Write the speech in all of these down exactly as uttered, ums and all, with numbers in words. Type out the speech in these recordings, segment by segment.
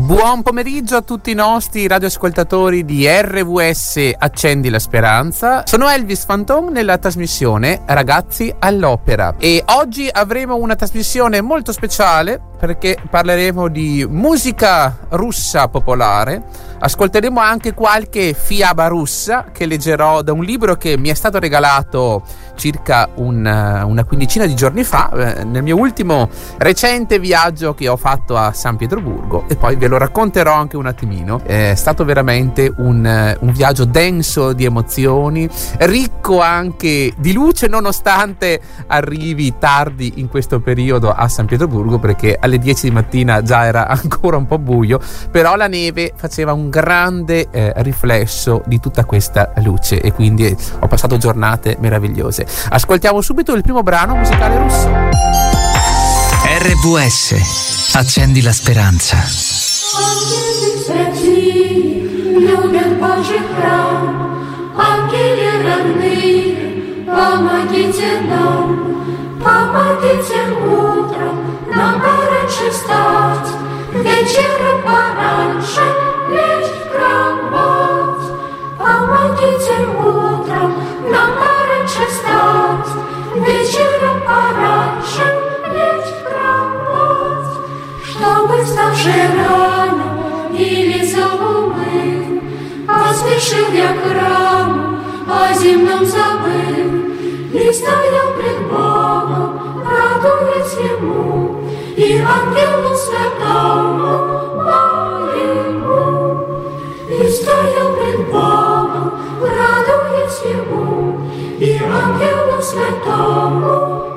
Buon pomeriggio a tutti i nostri radioascoltatori di R V S Accendi la Speranza. Sono Elvis Fanton nella trasmissione Ragazzi all'Opera e oggi avremo una trasmissione molto speciale perché parleremo di musica russa popolare. Ascolteremo anche qualche fiaba russa che leggerò da un libro che mi è stato regalato circa un, una quindicina di giorni fa eh, nel mio ultimo recente viaggio che ho fatto a San Pietroburgo, e poi ve lo racconterò anche un attimino. È stato veramente un, un viaggio denso di emozioni, ricco anche di luce, nonostante arrivi tardi in questo periodo a San Pietroburgo, perché alle dieci di mattina già era ancora un po' buio, però la neve faceva un grande eh, riflesso di tutta questa luce e quindi ho passato giornate meravigliose. Ascoltiamo subito il primo brano musicale russo. R V S, accendi la speranza. Помогите нам, помогите утром, нам пораньше встать, вечером пораньше лечь в кровать. Помогите утром, нам пораньше встать, вечером пораньше лечь в кровать. Чтобы вставший рано или заумыв, поспешил я к храму, о земном забыв, и стоял пред Богом, радуясь Ему, и ангелу святому моему. И стоял пред Богом, радуясь Ему, и ангелу святому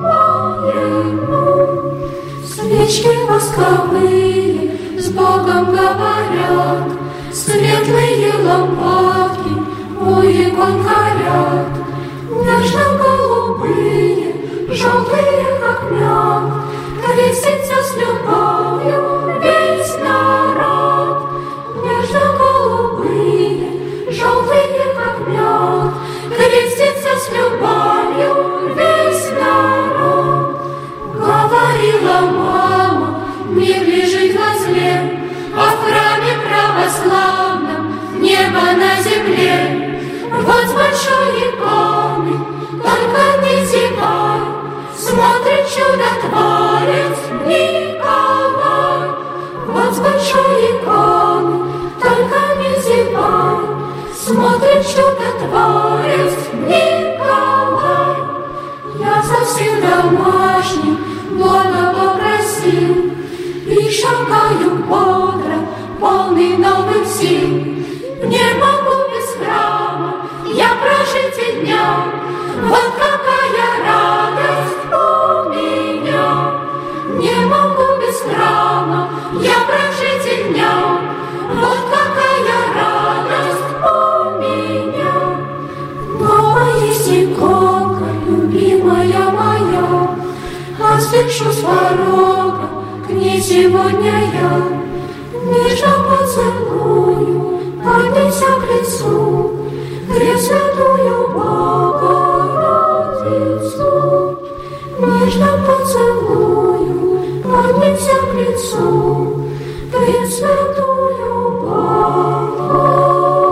моему. Свечки восковые с Богом говорят, светлые лампадки у икон горят, нежно-голубые, желтые, как мед, крестится с любовью весь народ. Нежно-голубые, желтые, как мед, крестится с любовью весь народ. Говорила мама, мир лежит возле, а в храме православном небо на земле. Вот с большой иконы, только не зевай, смотрит чудотворец Николай. Вот с большой иконы, только не зевай, смотрит чудотворец Николай. Я совсем домашний Бога попросил, и шагаю бодро, полный новых сил. Не могу без храма я прожить и дня, вот какая радость у меня. Не могу без храма я прожить и дня, вот какая радость у меня. Дома есть иконка, любимая моя, а спешу с порога к ней сегодня я. Нежно поцелую, поднеся к лицу Пресвятую Богородицу. Нежно поцелую, поднеся к лицу Пресвятую Богородицу.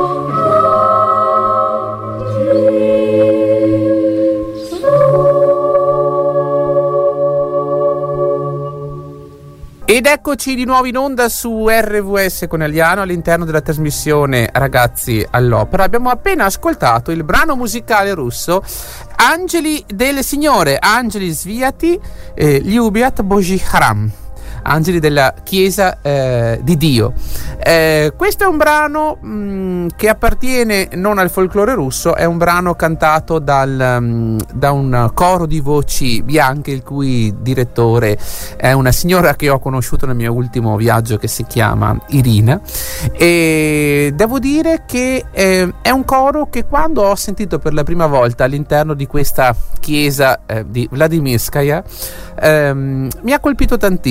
Ed eccoci di nuovo in onda su R V S Conegliano all'interno della trasmissione Ragazzi all'Opera. Abbiamo appena ascoltato il brano musicale russo Angeli delle Signore, Angeli Sviati, eh, Lyubiat Boží Chrám, Angeli della Chiesa eh, di Dio. Eh, questo è un brano mh, che appartiene non al folklore russo, è un brano cantato dal, mh, da un coro di voci bianche, il cui direttore è una signora che ho conosciuto nel mio ultimo viaggio, che si chiama Irina, e devo dire che eh, è un coro che quando ho sentito per la prima volta all'interno di questa chiesa eh, di Vladimirskaya ehm, mi ha colpito tantissimo,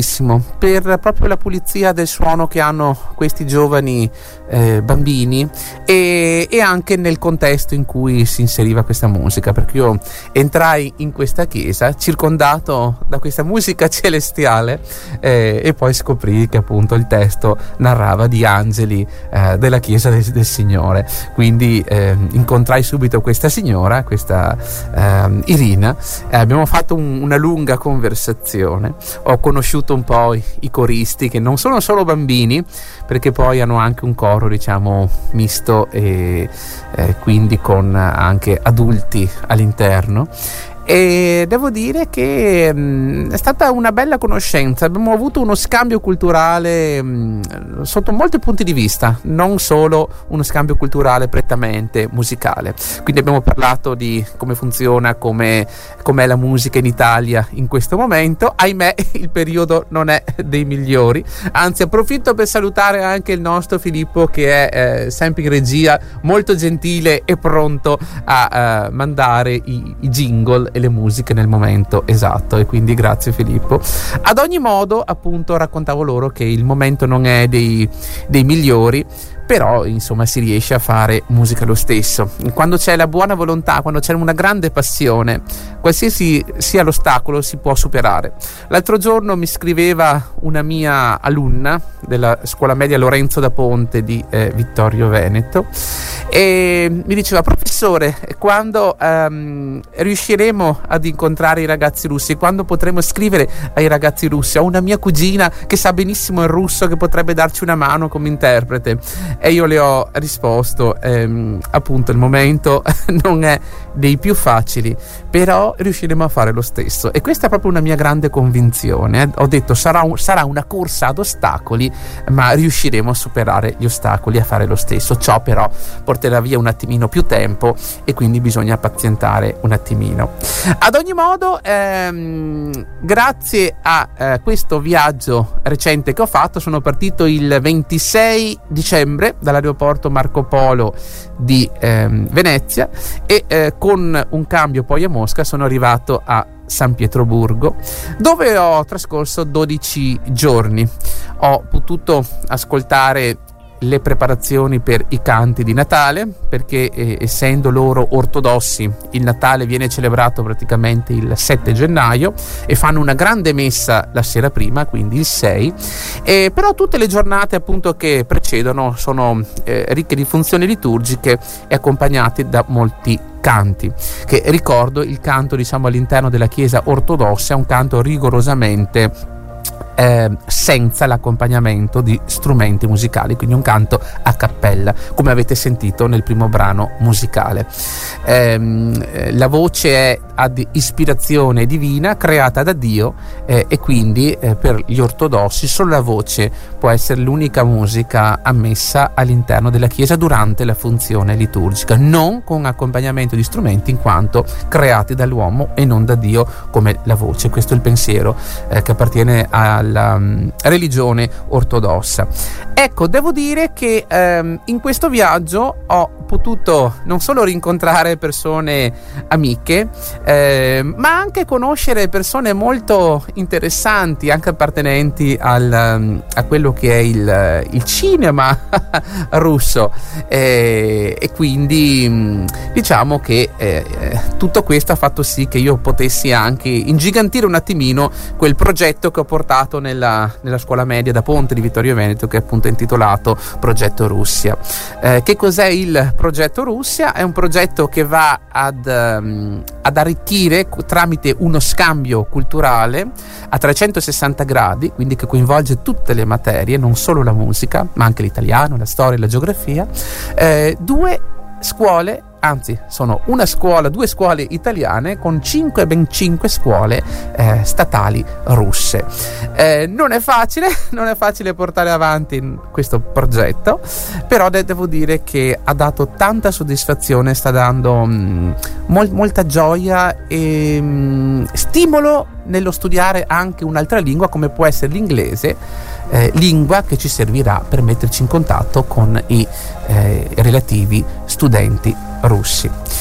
per proprio la pulizia del suono che hanno questi giovani eh, bambini e, e anche nel contesto in cui si inseriva questa musica, perché io entrai in questa chiesa circondato da questa musica celestiale eh, e poi scoprì che appunto il testo narrava di angeli eh, della chiesa del, del Signore. Quindi eh, incontrai subito questa signora, questa eh, Irina, eh, abbiamo fatto un, una lunga conversazione, ho conosciuto un po' i, i coristi, che non sono solo bambini, perché poi hanno anche un coro diciamo misto e eh, quindi con anche adulti all'interno. E devo dire che mh, è stata una bella conoscenza, abbiamo avuto uno scambio culturale mh, sotto molti punti di vista, non solo uno scambio culturale prettamente musicale. Quindi abbiamo parlato di come funziona, come com'è la musica in Italia in questo momento. Ahimè, il periodo non è dei migliori, anzi approfitto per salutare anche il nostro Filippo, che è eh, sempre in regia, molto gentile e pronto a uh, mandare i, i jingle le musiche nel momento esatto, e quindi grazie Filippo. Ad ogni modo, appunto, raccontavo loro che il momento non è dei, dei migliori, però insomma si riesce a fare musica lo stesso. Quando c'è la buona volontà, quando c'è una grande passione, qualsiasi sia l'ostacolo si può superare. L'altro giorno mi scriveva una mia alunna della scuola media Lorenzo da Ponte di eh, Vittorio Veneto e mi diceva: professore, quando um, riusciremo ad incontrare i ragazzi russi, quando potremo scrivere ai ragazzi russi? Ho una mia cugina che sa benissimo il russo, che potrebbe darci una mano come interprete. E io le ho risposto ehm, appunto il momento non è dei più facili, però riusciremo a fare lo stesso, e questa è proprio una mia grande convinzione. eh. Ho detto sarà, un, sarà una corsa ad ostacoli, ma riusciremo a superare gli ostacoli, a fare lo stesso. Ciò però porterà via un attimino più tempo e quindi bisogna pazientare un attimino. Ad ogni modo, ehm, grazie a eh, questo viaggio recente che ho fatto, sono partito il ventisei dicembre dall'aeroporto Marco Polo di ehm, Venezia e eh, con un cambio poi a Mosca sono arrivato a San Pietroburgo, dove ho trascorso dodici giorni. Ho potuto ascoltare le preparazioni per i canti di Natale, perché eh, essendo loro ortodossi il Natale viene celebrato praticamente il sette gennaio e fanno una grande messa la sera prima, quindi il sei, eh, però tutte le giornate appunto che precedono sono eh, ricche di funzioni liturgiche e accompagnate da molti canti, che ricordo il canto diciamo all'interno della chiesa ortodossa è un canto rigorosamente Eh, senza l'accompagnamento di strumenti musicali, quindi un canto a cappella, come avete sentito nel primo brano musicale. Eh, la voce è ad ispirazione divina, creata da Dio, eh, e quindi eh, per gli ortodossi solo la voce può essere l'unica musica ammessa all'interno della chiesa durante la funzione liturgica, non con accompagnamento di strumenti, in quanto creati dall'uomo e non da Dio come la voce. Questo è il pensiero eh, che appartiene al la um, religione ortodossa. Ecco, devo dire che um, in questo viaggio ho potuto non solo rincontrare persone amiche, eh, ma anche conoscere persone molto interessanti, anche appartenenti al, um, a quello che è il, il cinema russo, eh, e quindi um, diciamo che eh, tutto questo ha fatto sì che io potessi anche ingigantire un attimino quel progetto che ho portato Nella, nella scuola media da Ponte di Vittorio Veneto, che è appunto intitolato Progetto Russia. Eh, che cos'è il Progetto Russia? È un progetto che va ad, um, ad arricchire tramite uno scambio culturale a trecentosessanta gradi, quindi che coinvolge tutte le materie, non solo la musica, ma anche l'italiano, la storia, la geografia, eh, due scuole, anzi sono una scuola, due scuole italiane con cinque, ben cinque scuole eh, statali russe. Eh, non è facile, non è facile portare avanti questo progetto, però de- devo dire che ha dato tanta soddisfazione, sta dando mh, mol- molta gioia e mh, stimolo nello studiare anche un'altra lingua come può essere l'inglese, eh, lingua che ci servirà per metterci in contatto con i eh, relativi studenti russi.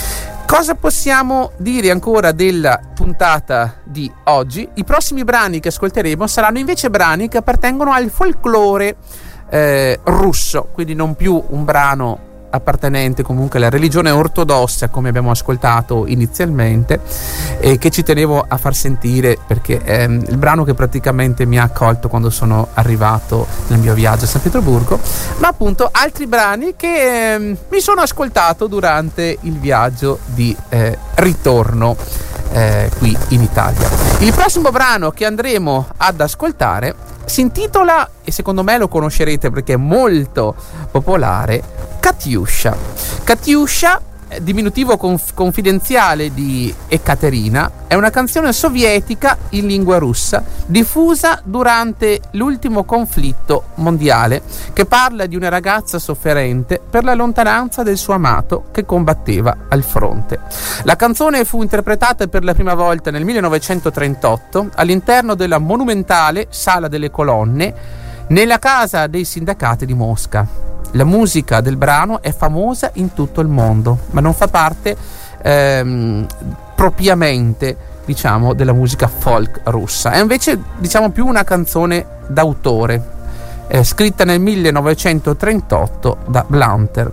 Cosa possiamo dire ancora della puntata di oggi? I prossimi brani che ascolteremo saranno invece brani che appartengono al folklore eh, russo, quindi non più un brano appartenente comunque alla religione ortodossa come abbiamo ascoltato inizialmente, e che ci tenevo a far sentire perché è il brano che praticamente mi ha accolto quando sono arrivato nel mio viaggio a San Pietroburgo, ma appunto altri brani che eh, mi sono ascoltato durante il viaggio di eh, ritorno eh, qui in Italia. Il prossimo brano che andremo ad ascoltare si intitola, e secondo me lo conoscerete perché è molto popolare, Katyusha. Katyusha, diminutivo conf- confidenziale di Ekaterina, è una canzone sovietica in lingua russa diffusa durante l'ultimo conflitto mondiale, che parla di una ragazza sofferente per la lontananza del suo amato che combatteva al fronte. La canzone fu interpretata per la prima volta nel millenovecentotrentotto all'interno della monumentale Sala delle Colonne nella Casa dei Sindacati di Mosca. La musica del brano è famosa in tutto il mondo, ma non fa parte ehm, propriamente, diciamo, della musica folk russa. È invece, diciamo, più una canzone d'autore, eh, scritta nel millenovecentotrentotto da Blanter.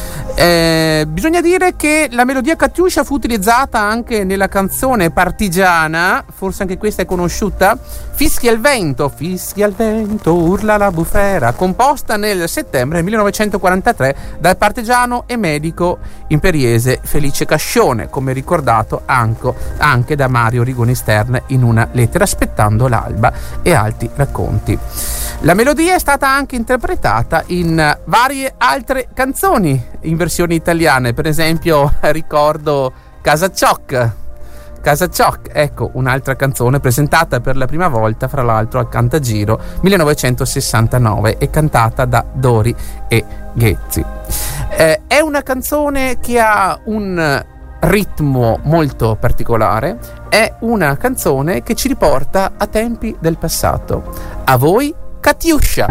Eh, bisogna dire che la melodia Katyusha fu utilizzata anche nella canzone partigiana, forse anche questa è conosciuta, Fischia il vento, fischia il vento, urla la bufera, composta nel settembre millenovecentoquarantatré dal partigiano e medico imperiese Felice Cascione, come ricordato anche, anche da Mario Rigoni Stern in una lettera aspettando l'alba e altri racconti. La melodia è stata anche interpretata in varie altre canzoni in versioni italiane, per esempio ricordo Casa Ciocc. Casa Ciocc, ecco un'altra canzone presentata per la prima volta, fra l'altro al Cantagiro millenovecentosessantanove e cantata da Dori e Ghezzi. Eh, è una canzone che ha un ritmo molto particolare, è una canzone che ci riporta a tempi del passato. A voi Katyusha.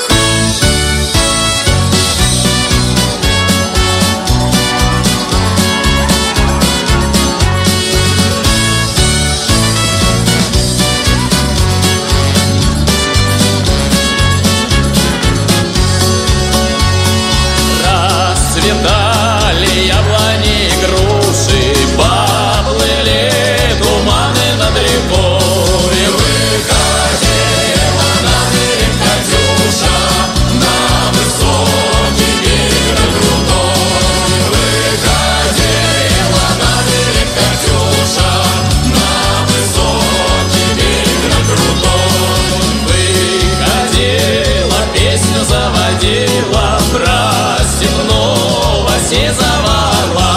Расцветали яблони и груши, поплыли туманы над рекой. Выходила на берег Катюша, на высокий берег крутой. Выходила на берег Катюша, на высокий берег крутой. Выходила, песню заводила про степного сизого.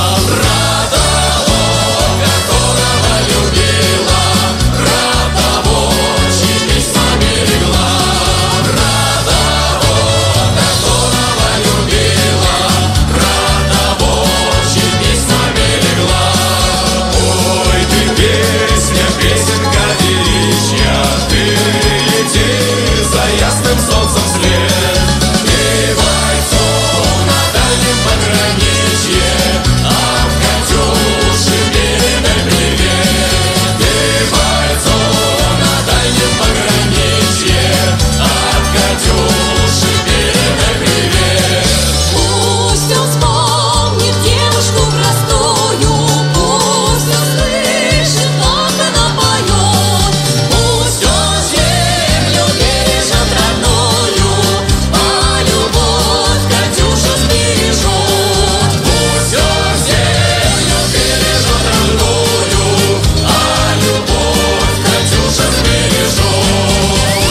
Солнцем вслед, и бойцу на дальнем пограничье, а в Катюше передай привет. И бойцу на дальнем пограничье, а в Катюше передай привет. Пусть он вспомнит девушку простую, пусть он слышит, как она поет, пусть он землю бережет родную, а любовь Катюша сбережет. Пусть он землю бережет родную, а любовь Катюша сбережет.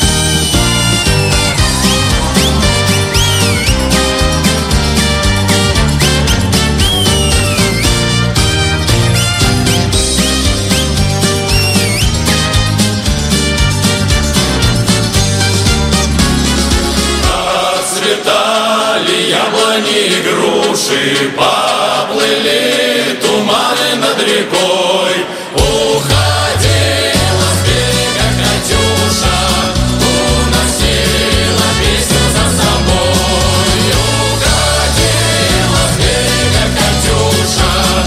Расцветали яблони и груши, поплыли туманы над рекой. Уходила с берега Катюша, уносила песню за собой. Уходила с берега Катюша,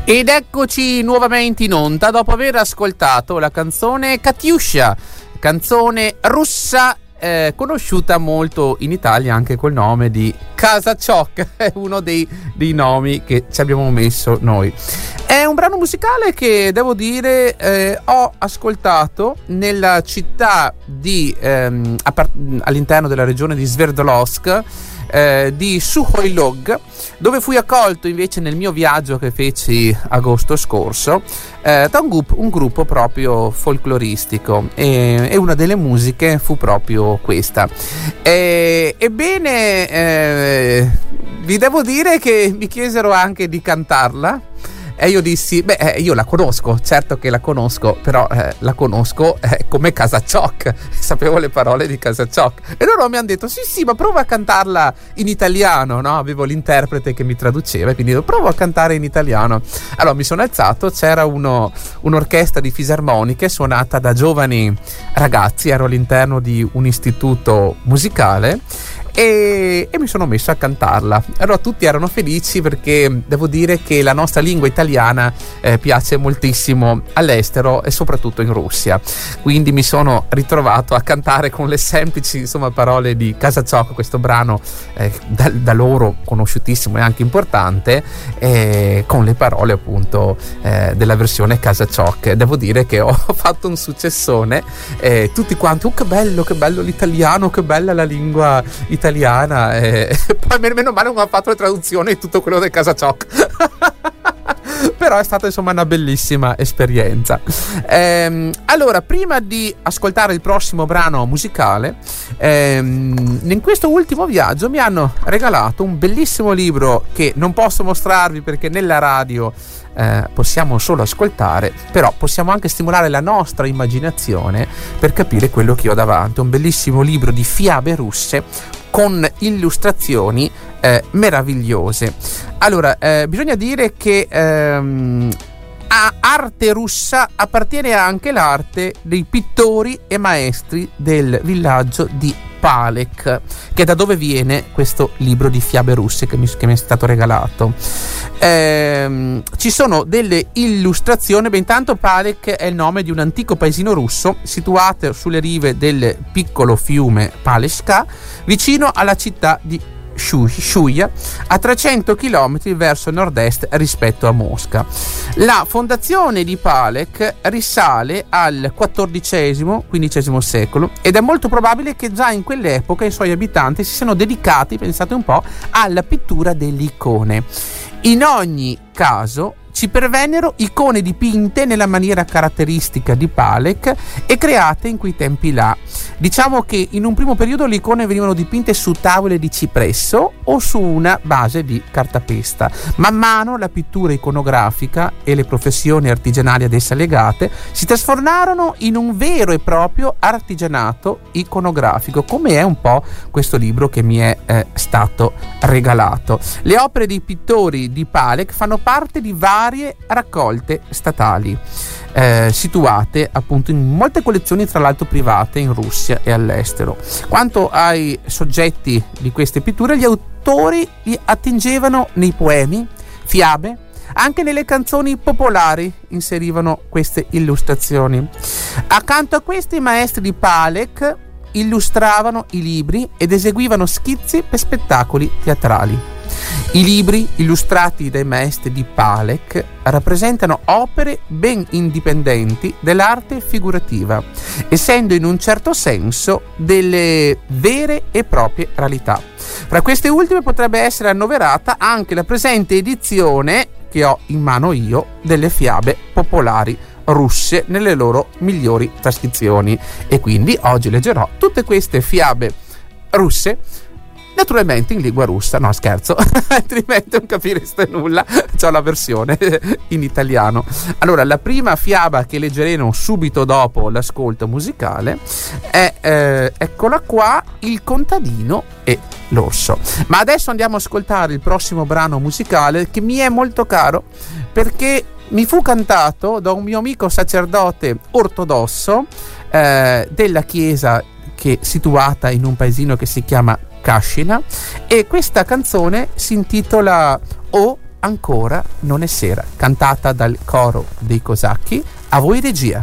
Ed eccoci nuovamente in onda dopo aver ascoltato la canzone Katyusha, canzone russa eh, conosciuta molto in Italia anche col nome di Kazachok, è uno dei, dei nomi che ci abbiamo messo noi. È un brano musicale che devo dire eh, ho ascoltato nella città di ehm, all'interno della regione di Sverdlovsk, Eh, di Suhoilog, dove fui accolto invece nel mio viaggio che feci agosto scorso eh, da un, gu- un gruppo proprio folcloristico, e, e una delle musiche fu proprio questa. E, ebbene eh, vi devo dire che mi chiesero anche di cantarla. E io dissi, beh, eh, io la conosco, certo che la conosco, però eh, la conosco eh, come Kazachok, sapevo le parole di Kazachok. E loro mi hanno detto, sì sì, ma prova a cantarla in italiano, no? Avevo l'interprete che mi traduceva, quindi provo a cantare in italiano. Allora mi sono alzato, c'era uno, un'orchestra di fisarmoniche suonata da giovani ragazzi, ero all'interno di un istituto musicale, E, e mi sono messo a cantarla. Allora tutti erano felici perché devo dire che la nostra lingua italiana eh, piace moltissimo all'estero e soprattutto in Russia, quindi mi sono ritrovato a cantare con le semplici insomma parole di Kazachok, questo brano eh, da, da loro conosciutissimo e anche importante, eh, con le parole appunto eh, della versione Kazachok. Devo dire che ho fatto un successone, eh, tutti quanti, oh che bello, che bello l'italiano, che bella la lingua italiana italiana, e poi meno male non ha fatto le traduzioni di tutto quello del Kazachok. Però è stata insomma una bellissima esperienza. Ehm, allora, prima di ascoltare il prossimo brano musicale, ehm, in questo ultimo viaggio mi hanno regalato un bellissimo libro che non posso mostrarvi perché nella radio eh, possiamo solo ascoltare, però possiamo anche stimolare la nostra immaginazione per capire quello che ho davanti. Un bellissimo libro di fiabe russe con illustrazioni eh, meravigliose. Allora, eh, bisogna dire che ehm, a arte russa appartiene anche l'arte dei pittori e maestri del villaggio di Palek, che è da dove viene questo libro di fiabe russe che mi, che mi è stato regalato. Ehm, ci sono delle illustrazioni. Beh, intanto Palek è il nome di un antico paesino russo situato sulle rive del piccolo fiume Paleshka, vicino alla città di Shuya, a trecento chilometri verso nord-est rispetto a Mosca. La fondazione di Palek risale al quattordicesimo quindicesimo secolo ed è molto probabile che già in quell'epoca i suoi abitanti si siano dedicati, pensate un po', alla pittura delle icone. In ogni caso ci pervennero icone dipinte nella maniera caratteristica di Palek e create in quei tempi là. Diciamo che in un primo periodo le icone venivano dipinte su tavole di cipresso o su una base di cartapesta. Man mano la pittura iconografica e le professioni artigianali ad essa legate si trasformarono in un vero e proprio artigianato iconografico, come è un po' questo libro che mi è eh, stato regalato. Le opere dei pittori di Palek fanno parte di varie raccolte statali eh, situate appunto in molte collezioni, tra l'altro private, in Russia e all'estero. Quanto ai soggetti di queste pitture, gli autori li attingevano nei poemi, fiabe, anche nelle canzoni popolari inserivano queste illustrazioni. Accanto a questi, i maestri di Palek illustravano i libri ed eseguivano schizzi per spettacoli teatrali. I libri illustrati dai maestri di Palek rappresentano opere ben indipendenti dell'arte figurativa, essendo in un certo senso delle vere e proprie realtà. Fra queste ultime potrebbe essere annoverata anche la presente edizione che ho in mano io delle fiabe popolari russe nelle loro migliori trascrizioni, e quindi oggi leggerò tutte queste fiabe russe, naturalmente in lingua russa. No, scherzo, altrimenti non capireste nulla. C'ho la versione in italiano. Allora, la prima fiaba che leggeremo subito dopo l'ascolto musicale è eh, eccola qua, Il contadino e l'orso. Ma adesso andiamo ad ascoltare il prossimo brano musicale che mi è molto caro perché mi fu cantato da un mio amico sacerdote ortodosso eh, della chiesa che è situata in un paesino che si chiama Kashina, e questa canzone si intitola O ancora non è sera, cantata dal coro dei Cosacchi. A voi regia.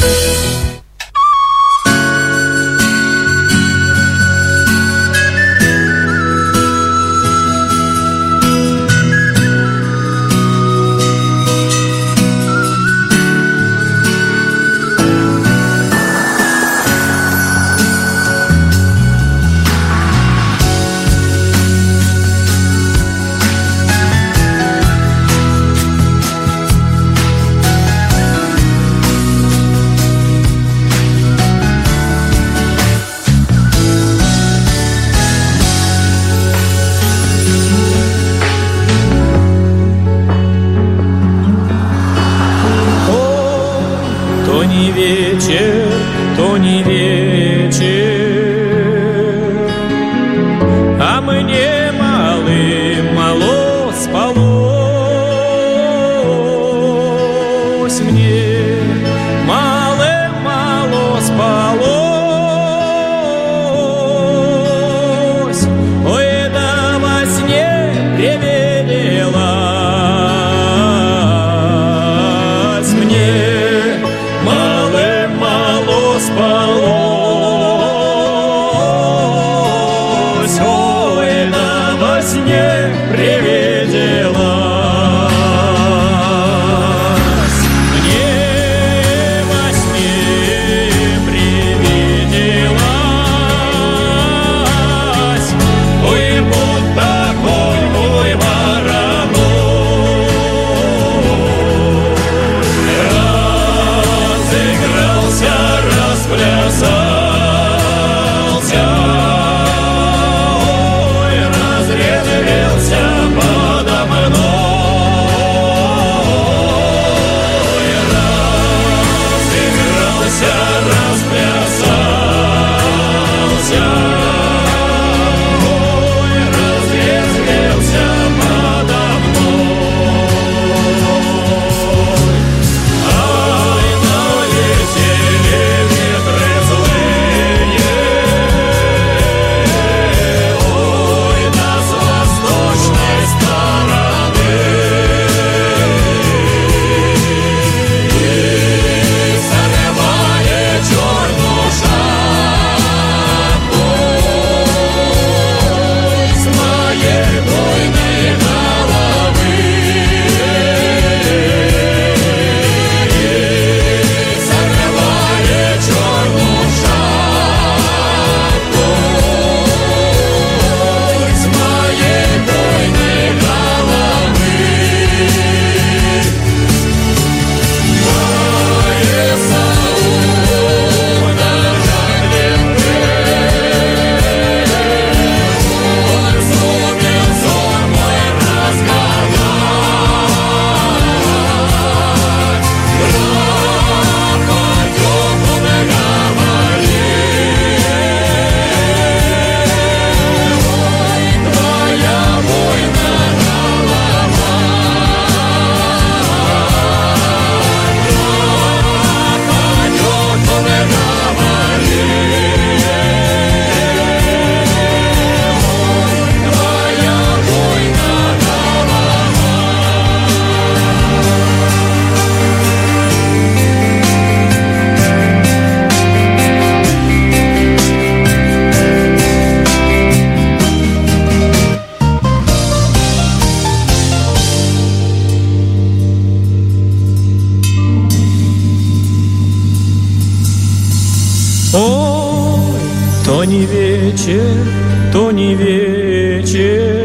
То не вечер, то не вечер,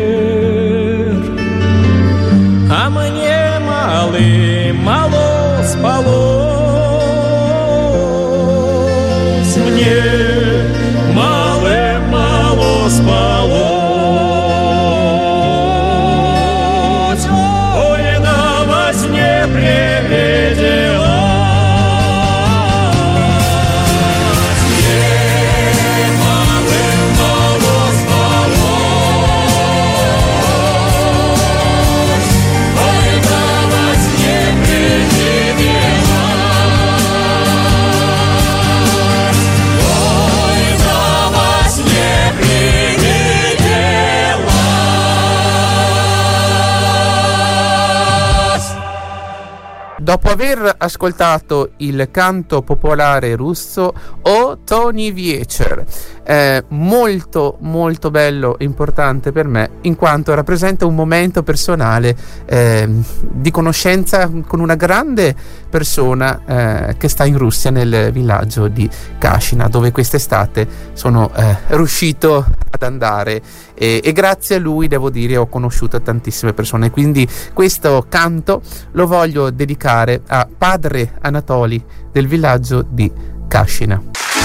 а мне малым мало спалось, мне малым мало спалось, ой, на во сне привиделось. Привиделась. Dopo aver ascoltato il canto popolare russo O Tony Viecher, eh, molto molto bello e importante per me, in quanto rappresenta un momento personale eh, di conoscenza con una grande persona eh, che sta in Russia, nel villaggio di Kashina, dove quest'estate sono eh, riuscito ad andare e, e grazie a lui, devo dire, ho conosciuto tantissime persone. Quindi questo canto lo voglio dedicare a padre Anatoli del villaggio di Kashina.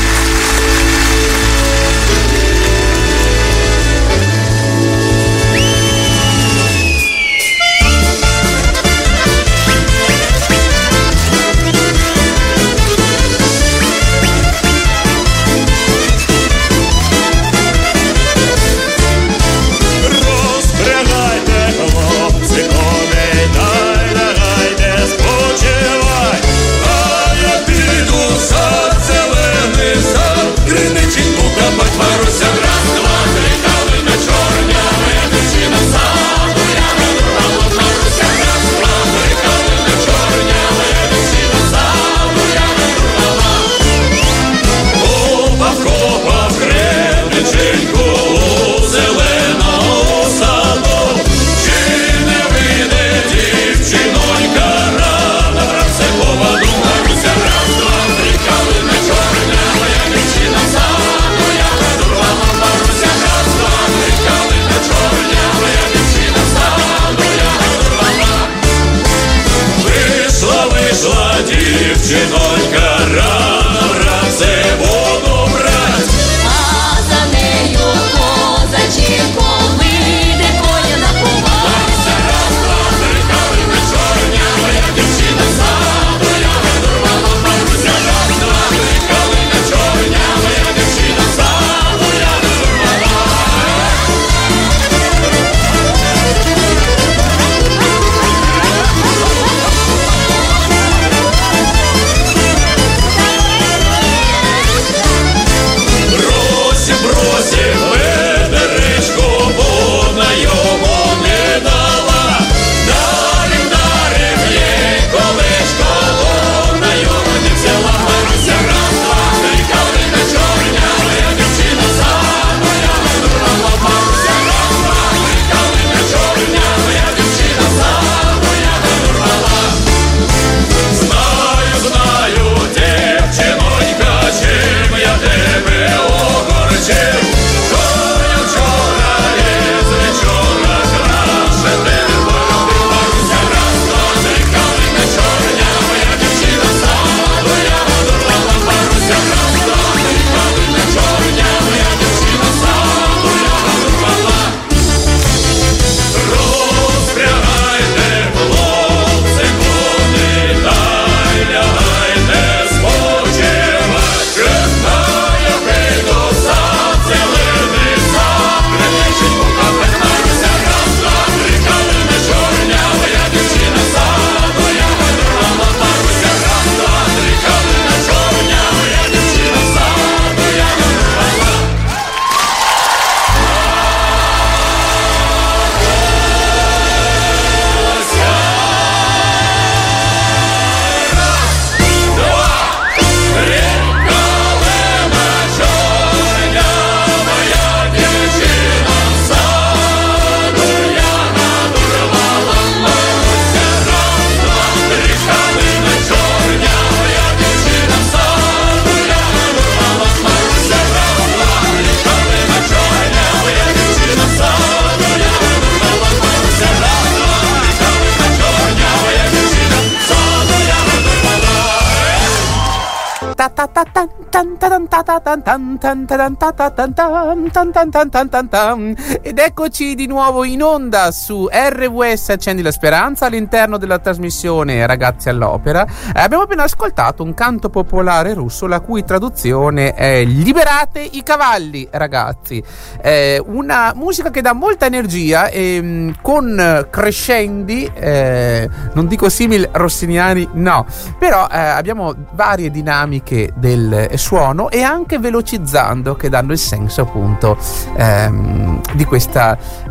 Ed eccoci di nuovo in onda su R V S Accendi la Speranza all'interno della trasmissione Ragazzi all'Opera. Eh, abbiamo appena ascoltato un canto popolare russo la cui traduzione è "Liberate i cavalli, ragazzi". Eh, una musica che dà molta energia e con crescendi, eh, non dico simil rossiniani, no, però eh, abbiamo varie dinamiche del suono e anche velocizzando che danno il senso appunto ehm, di questa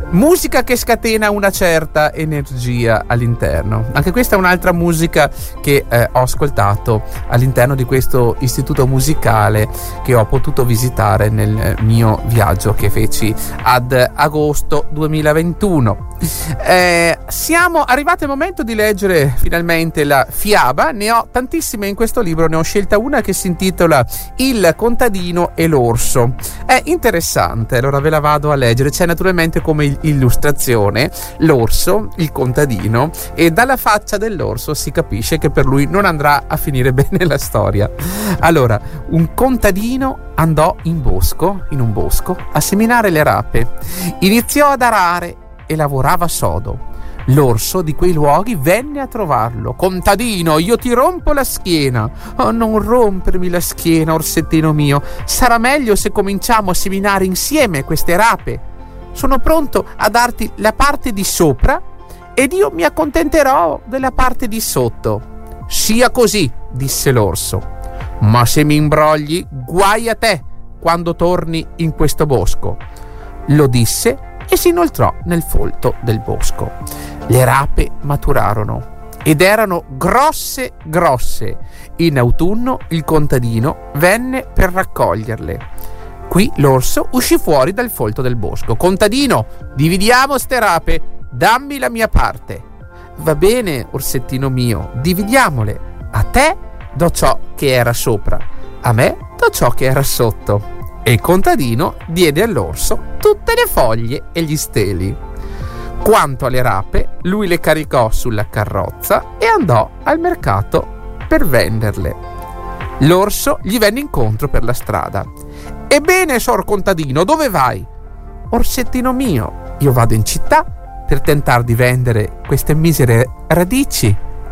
Musica che scatena una certa energia all'interno. Anche questa è un'altra musica che eh, ho ascoltato all'interno di questo istituto musicale che ho potuto visitare nel mio viaggio che feci ad agosto duemilaventuno. Eh, siamo arrivati al momento di leggere finalmente la fiaba. Ne ho tantissime in questo libro, ne ho scelta una che si intitola Il contadino e l'orso. È interessante, allora ve la vado a leggere. C'è naturalmente come illustrazione l'orso, il contadino, e dalla faccia dell'orso si capisce che per lui non andrà a finire bene la storia. Allora, un contadino andò in bosco, in un bosco, a seminare le rape. Iniziò ad arare e lavorava sodo. L'orso di quei luoghi venne a trovarlo. Contadino, io ti rompo la schiena. Oh, non rompermi la schiena, orsettino mio. Sarà meglio se cominciamo a seminare insieme queste rape. Sono pronto a darti la parte di sopra ed io mi accontenterò della parte di sotto. Sia così, disse l'orso. Ma se mi imbrogli, guai a te quando torni in questo bosco. Lo disse e si inoltrò nel folto del bosco. Le rape maturarono ed erano grosse grosse. In autunno il contadino venne per raccoglierle. Qui l'orso uscì fuori dal folto del bosco. Contadino, dividiamo ste rape, dammi la mia parte. Va bene, orsettino mio, dividiamole. A te do ciò che era sopra, a me do ciò che era sotto. E il contadino diede all'orso tutte le foglie e gli steli. Quanto alle rape, lui le caricò sulla carrozza e andò al mercato per venderle. L'orso gli venne incontro per la strada. Ebbene, sor contadino, dove vai? Orsettino mio, io vado in città per tentare di vendere queste misere radici.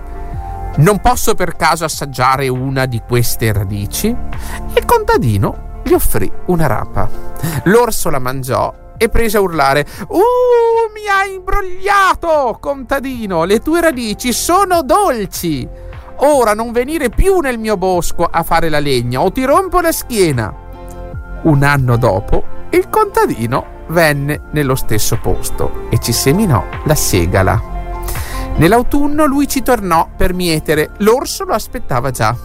Non posso per caso assaggiare una di queste radici? Il contadino gli offrì una rapa. L'orso la mangiò e prese a urlare: Uh, mi hai imbrogliato, contadino! Le tue radici sono dolci! Ora non venire più nel mio bosco a fare la legna o ti rompo la schiena. Un anno dopo, il contadino venne nello stesso posto e ci seminò la segala. Nell'autunno lui ci tornò per mietere. L'orso lo aspettava già.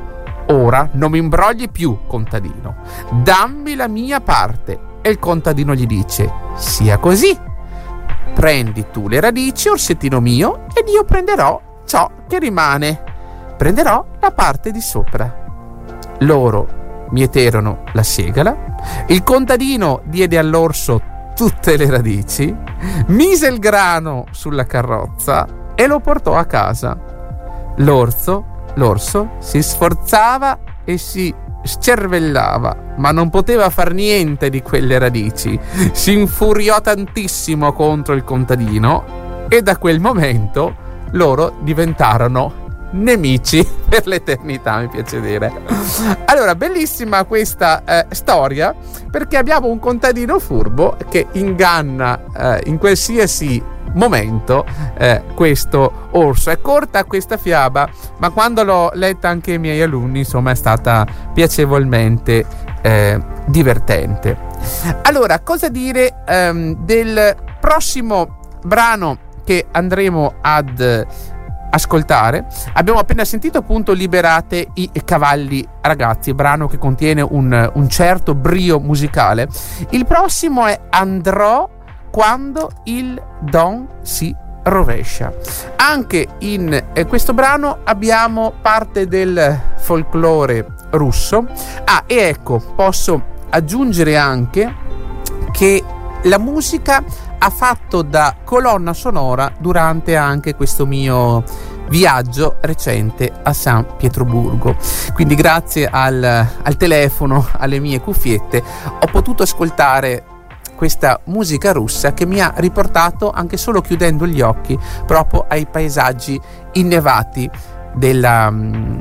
Ora non mi imbrogli più, contadino. Dammi la mia parte. E il contadino gli dice: sia così. Prendi tu le radici, orsettino mio, ed io prenderò ciò che rimane. Prenderò la parte di sopra. Loro mieterono la segala, il contadino diede all'orso tutte le radici, mise il grano sulla carrozza e lo portò a casa. L'orso, l'orso si sforzava e si scervellava, ma non poteva far niente di quelle radici. Si infuriò tantissimo contro il contadino e da quel momento loro diventarono nemici per l'eternità, mi piace dire. Allora, bellissima questa eh, storia, perché abbiamo un contadino furbo che inganna eh, in qualsiasi momento eh, questo orso. È corta questa fiaba, ma quando l'ho letta anche ai miei alunni, insomma, è stata piacevolmente eh, divertente. Allora, cosa dire ehm, del prossimo brano che andremo ad ascoltare? Abbiamo appena sentito appunto Liberate i cavalli ragazzi, brano che contiene un, un certo brio musicale. Il prossimo è Andrò quando il Don si rovescia. Anche in eh, questo brano abbiamo parte del folklore russo. Ah, e ecco, posso aggiungere anche che la musica ha fatto da colonna sonora durante anche questo mio viaggio recente a San Pietroburgo. Quindi grazie al, al telefono, alle mie cuffiette, ho potuto ascoltare questa musica russa che mi ha riportato, anche solo chiudendo gli occhi, proprio ai paesaggi innevati della,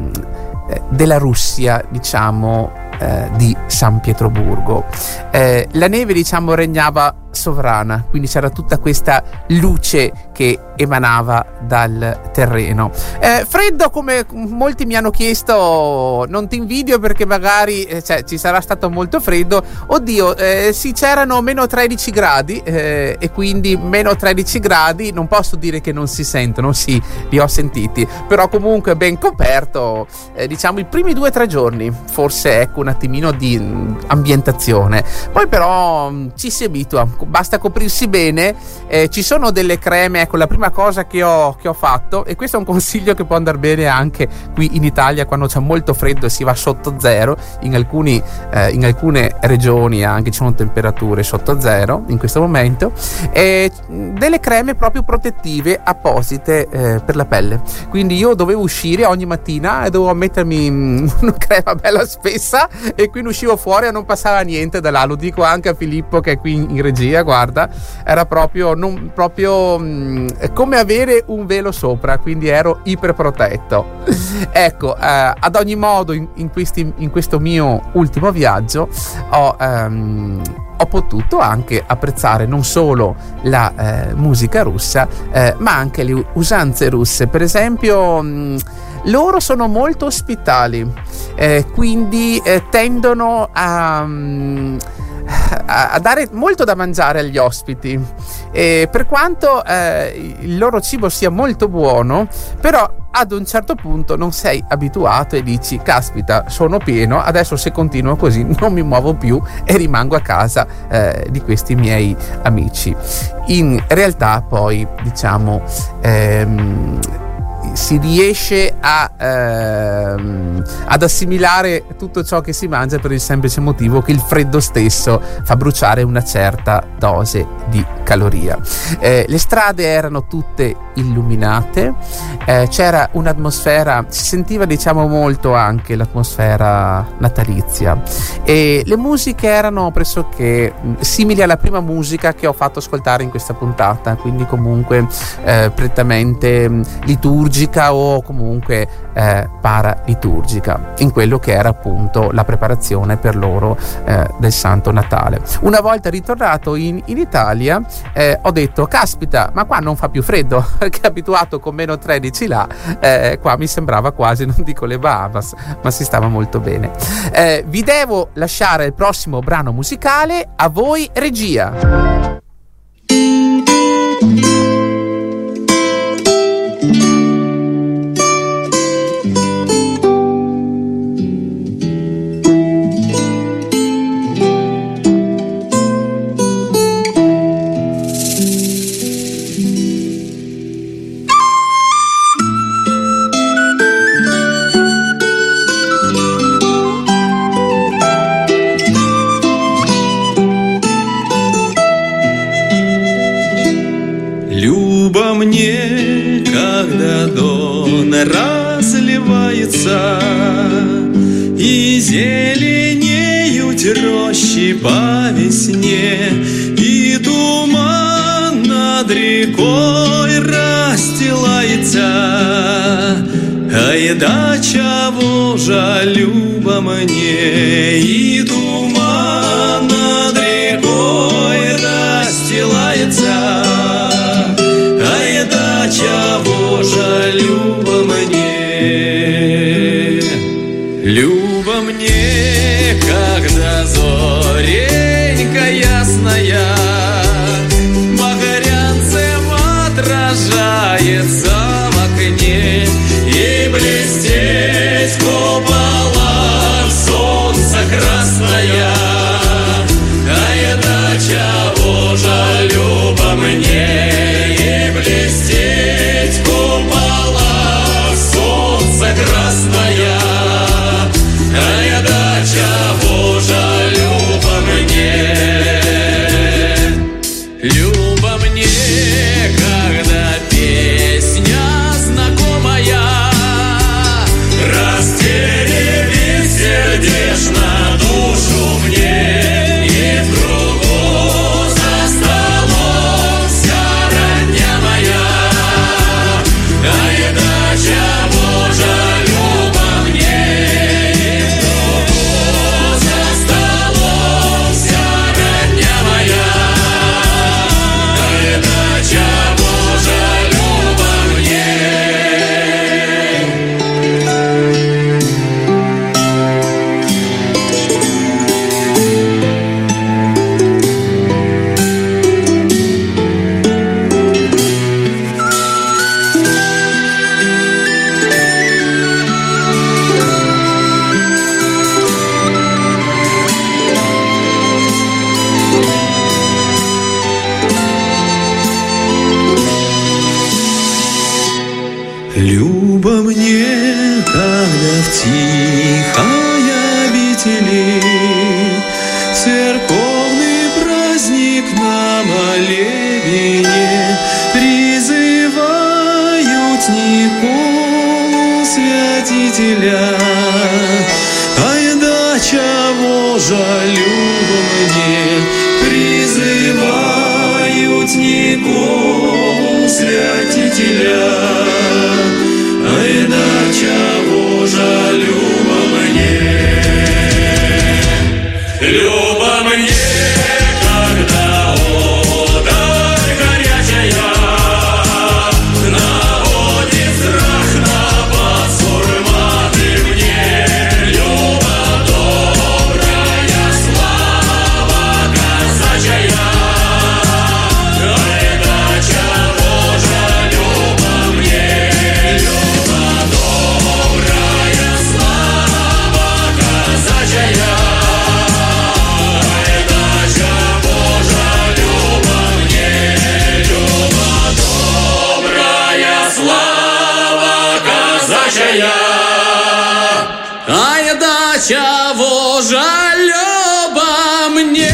della Russia, diciamo, eh, di San Pietroburgo. Eh, la neve, diciamo, regnava sovrana, quindi c'era tutta questa luce che emanava dal terreno. Eh, freddo, come molti mi hanno chiesto, non ti invidio perché magari eh, cioè, ci sarà stato molto freddo. Oddio, eh, sì, c'erano meno tredici gradi eh, e quindi meno tredici gradi non posso dire che non si sentono, sì, li ho sentiti, però comunque ben coperto, eh, diciamo i primi due o tre giorni, forse ecco un attimino di mh, ambientazione, poi però mh, ci si abitua, basta coprirsi bene. Eh, ci sono delle creme, ecco la prima cosa che ho, che ho fatto, e questo è un consiglio che può andare bene anche qui in Italia quando c'è molto freddo e si va sotto zero, in, alcuni, eh, in alcune regioni anche ci sono temperature sotto zero in questo momento, e delle creme proprio protettive apposite eh, per la pelle, quindi io dovevo uscire ogni mattina e dovevo mettermi una crema bella spessa e quindi uscivo fuori e non passava niente da là. Lo dico anche a Filippo che è qui in regia, guarda, era proprio, non, proprio mh, come avere un velo sopra, quindi ero iperprotetto. Ecco, eh, ad ogni modo in, in, questi, in questo mio ultimo viaggio ho, ehm, ho potuto anche apprezzare non solo la eh, musica russa eh, ma anche le usanze russe. Per esempio mh, loro sono molto ospitali, eh, quindi eh, tendono a... Mh, a dare molto da mangiare agli ospiti, e per quanto eh, il loro cibo sia molto buono, però ad un certo punto non sei abituato e dici caspita, sono pieno, adesso se continuo così non mi muovo più e rimango a casa eh, di questi miei amici. In realtà poi diciamo ehm, si riesce a, ehm, ad assimilare tutto ciò che si mangia per il semplice motivo che il freddo stesso fa bruciare una certa dose di caloria. Eh, le strade erano tutte illuminate, eh, c'era un'atmosfera, si sentiva diciamo molto anche l'atmosfera natalizia, e le musiche erano pressoché simili alla prima musica che ho fatto ascoltare in questa puntata, quindi comunque eh, prettamente liturgica o comunque eh, paraliturgica, in quello che era appunto la preparazione per loro eh, del Santo Natale. Una volta ritornato in, in Italia eh, ho detto caspita, ma qua non fa più freddo, perché abituato con meno tredici là, eh, qua mi sembrava quasi, non dico le Bahamas, ma si stava molto bene. Eh, vi devo lasciare il prossimo brano musicale, a voi regia. Мне, когда дон разливается и зеленеют рощи по весне, и туман над рекой расстилается, ай да чего же люба мне, и туман над рекой расстилается, чего же люба мне, люба мне, когда зоренька ясная багрянцем отражается в окне, и блестеть купола солнца красная, ай да чего же люба мне, и блестеть купола солнца красная, ай да чего же люба мне, люба мне, когда песня знакомая Люба мне, когда одаль горячая наводит страх на басурманы мне. Люба добрая, слава казачья, ай да чего же Люба мне, Люба добрая, слава казачья. Ай да чего же Люба мне?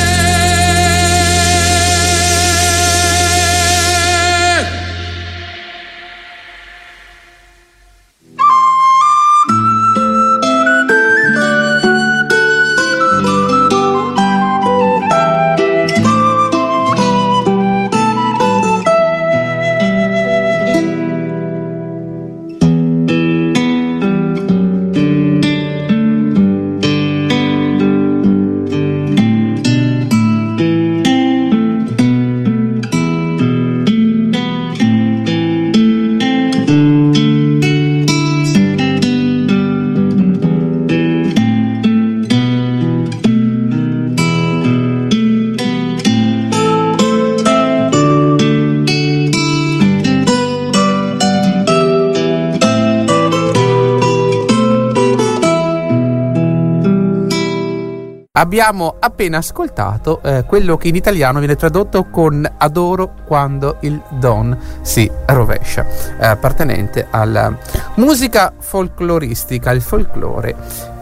Abbiamo appena ascoltato eh, quello che in italiano viene tradotto con adoro quando il don si rovescia, eh, appartenente alla musica folcloristica, al folklore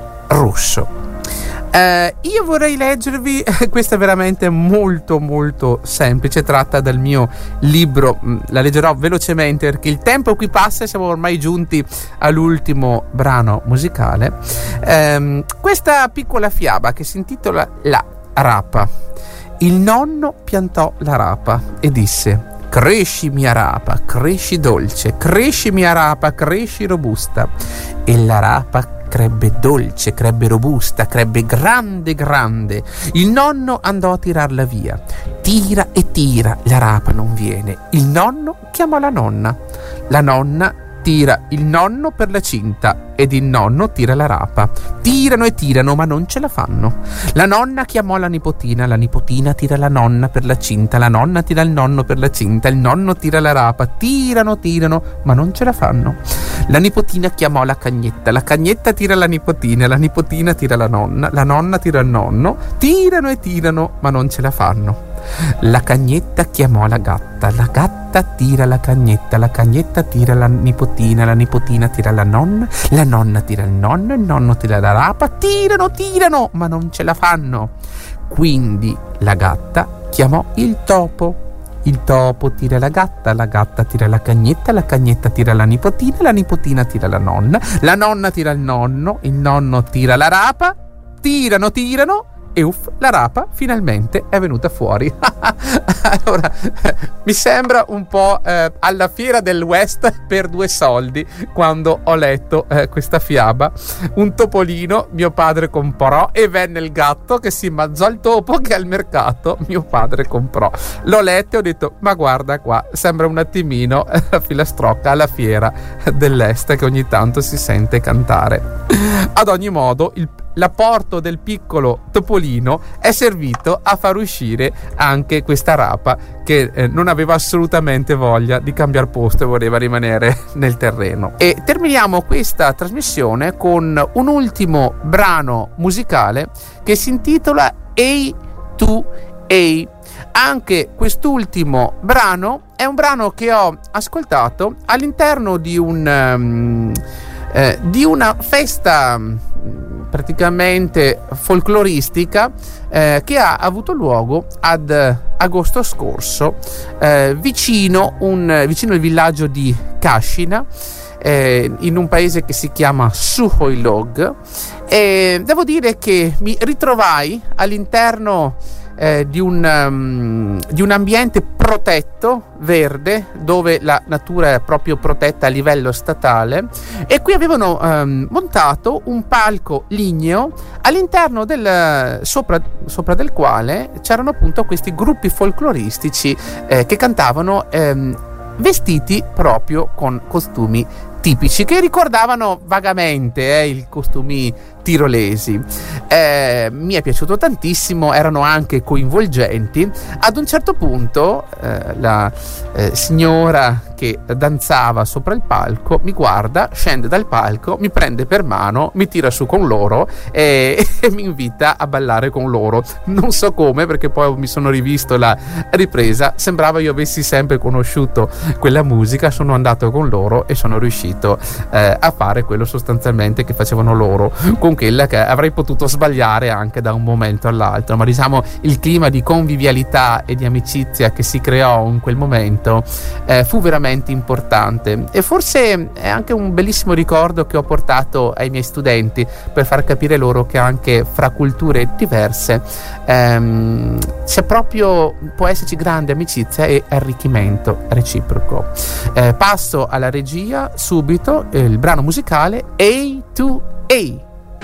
russo. Eh, io vorrei leggervi, questa è veramente molto molto semplice, tratta dal mio libro, la leggerò velocemente perché il tempo qui passa e siamo ormai giunti all'ultimo brano musicale. Eh, questa piccola fiaba che si intitola La rapa. Il nonno piantò la rapa e disse: cresci mia rapa, cresci dolce, cresci mia rapa, cresci robusta. E la rapa crebbe dolce, crebbe robusta, crebbe grande grande. Il nonno andò a tirarla via. Tira e tira, la rapa non viene. Il nonno chiamò la nonna. La nonna tira il nonno per la cinta ed il nonno tira la rapa. Tirano e tirano ma non ce la fanno. La nonna chiamò la nipotina. La nipotina tira la nonna per la cinta. La nonna tira il nonno per la cinta. Il nonno tira la rapa. Tirano, tirano ma non ce la fanno. La nipotina chiamò la cagnetta. La cagnetta tira la nipotina. La nipotina tira la nonna. La nonna tira il nonno. Tirano e tirano ma non ce la fanno. La cagnetta chiamò la gatta. La gatta tira la cagnetta. La cagnetta tira la nipotina. La nipotina tira la nonna. La nonna tira il nonno. Il nonno tira la rapa. Tirano, tirano ma non ce la fanno. Quindi la gatta chiamò il topo. Il topo tira la gatta. La gatta tira la cagnetta. La cagnetta tira la nipotina. La nipotina tira la nonna. La nonna tira il nonno. Il nonno tira la rapa. Tirano, tirano e uff, la rapa finalmente è venuta fuori. Allora, mi sembra un po' eh, alla fiera del West per due soldi quando ho letto eh, questa fiaba. Un topolino mio padre comprò e venne il gatto che si mangiò il topo che al mercato mio padre comprò. L'ho letto e ho detto: ma guarda qua, sembra un attimino la filastrocca alla fiera dell'Est che ogni tanto si sente cantare. Ad ogni modo, il l'apporto del piccolo topolino è servito a far uscire anche questa rapa che eh, non aveva assolutamente voglia di cambiare posto e voleva rimanere nel terreno. E terminiamo questa trasmissione con un ultimo brano musicale che si intitola A to A. Anche quest'ultimo brano è un brano che ho ascoltato all'interno di un um, eh, di una festa praticamente folcloristica eh, che ha avuto luogo ad agosto scorso eh, vicino un vicino il villaggio di Kashina, eh, in un paese che si chiama Suhoilog, e devo dire che mi ritrovai all'interno eh, di, un, um, di un ambiente protetto, verde, dove la natura è proprio protetta a livello statale, e qui avevano um, montato un palco ligneo all'interno del sopra, sopra del quale c'erano appunto questi gruppi folcloristici eh, che cantavano ehm, vestiti proprio con costumi tipici che ricordavano vagamente eh, i costumi tirolesi. Eh, mi è piaciuto tantissimo, erano anche coinvolgenti. Ad un certo punto eh, la eh, signora che danzava sopra il palco mi guarda, scende dal palco, mi prende per mano, mi tira su con loro e, e mi invita a ballare con loro. Non so come, perché poi mi sono rivisto la ripresa, sembrava io avessi sempre conosciuto quella musica. Sono andato con loro e sono riuscito eh, a fare quello sostanzialmente che facevano loro, con quella che avrei potuto sbagliare anche da un momento all'altro, ma diciamo il clima di convivialità e di amicizia che si creò in quel momento eh, fu veramente importante, e forse è anche un bellissimo ricordo che ho portato ai miei studenti per far capire loro che anche fra culture diverse ehm, c'è proprio, può esserci grande amicizia e arricchimento reciproco. Eh, passo alla regia subito, eh, il brano musicale A to A.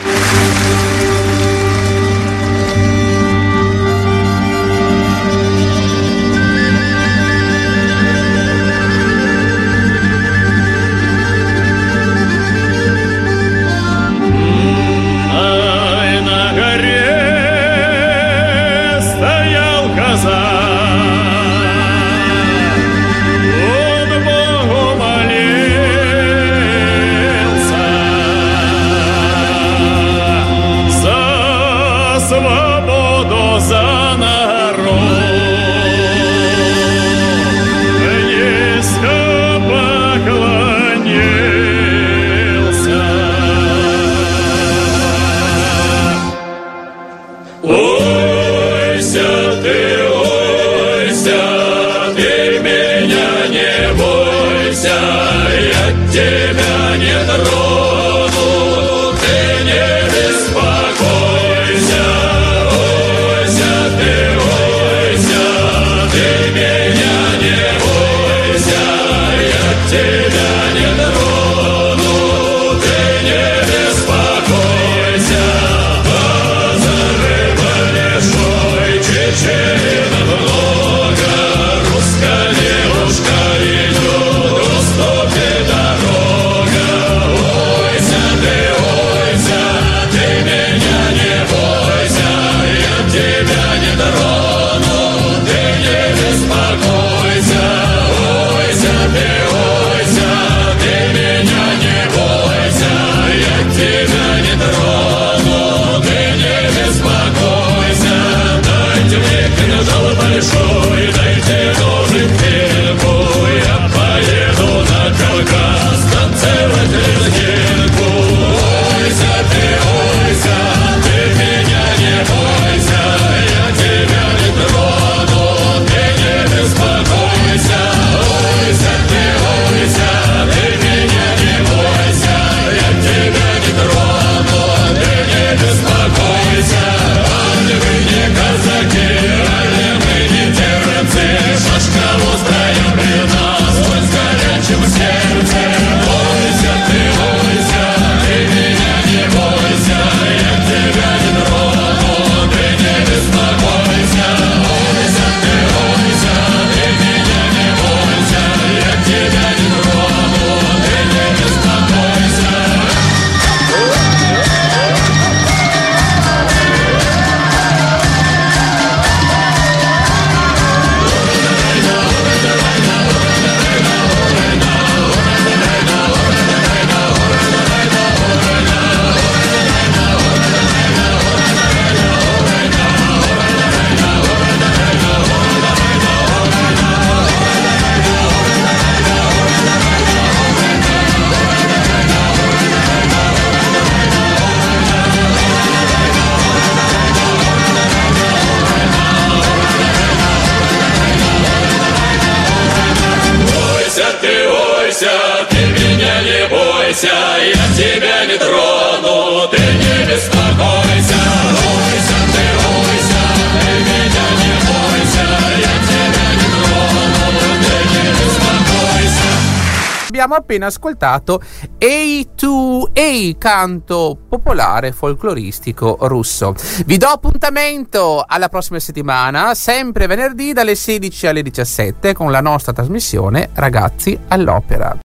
Я тебя не трону, ты не беспокойся. Ойся, ты ойся, ты меня abbiamo appena ascoltato A to A, canto popolare folcloristico russo. Vi do appuntamento alla prossima settimana, sempre venerdì dalle sedici alle diciassette, con la nostra trasmissione Ragazzi all'Opera.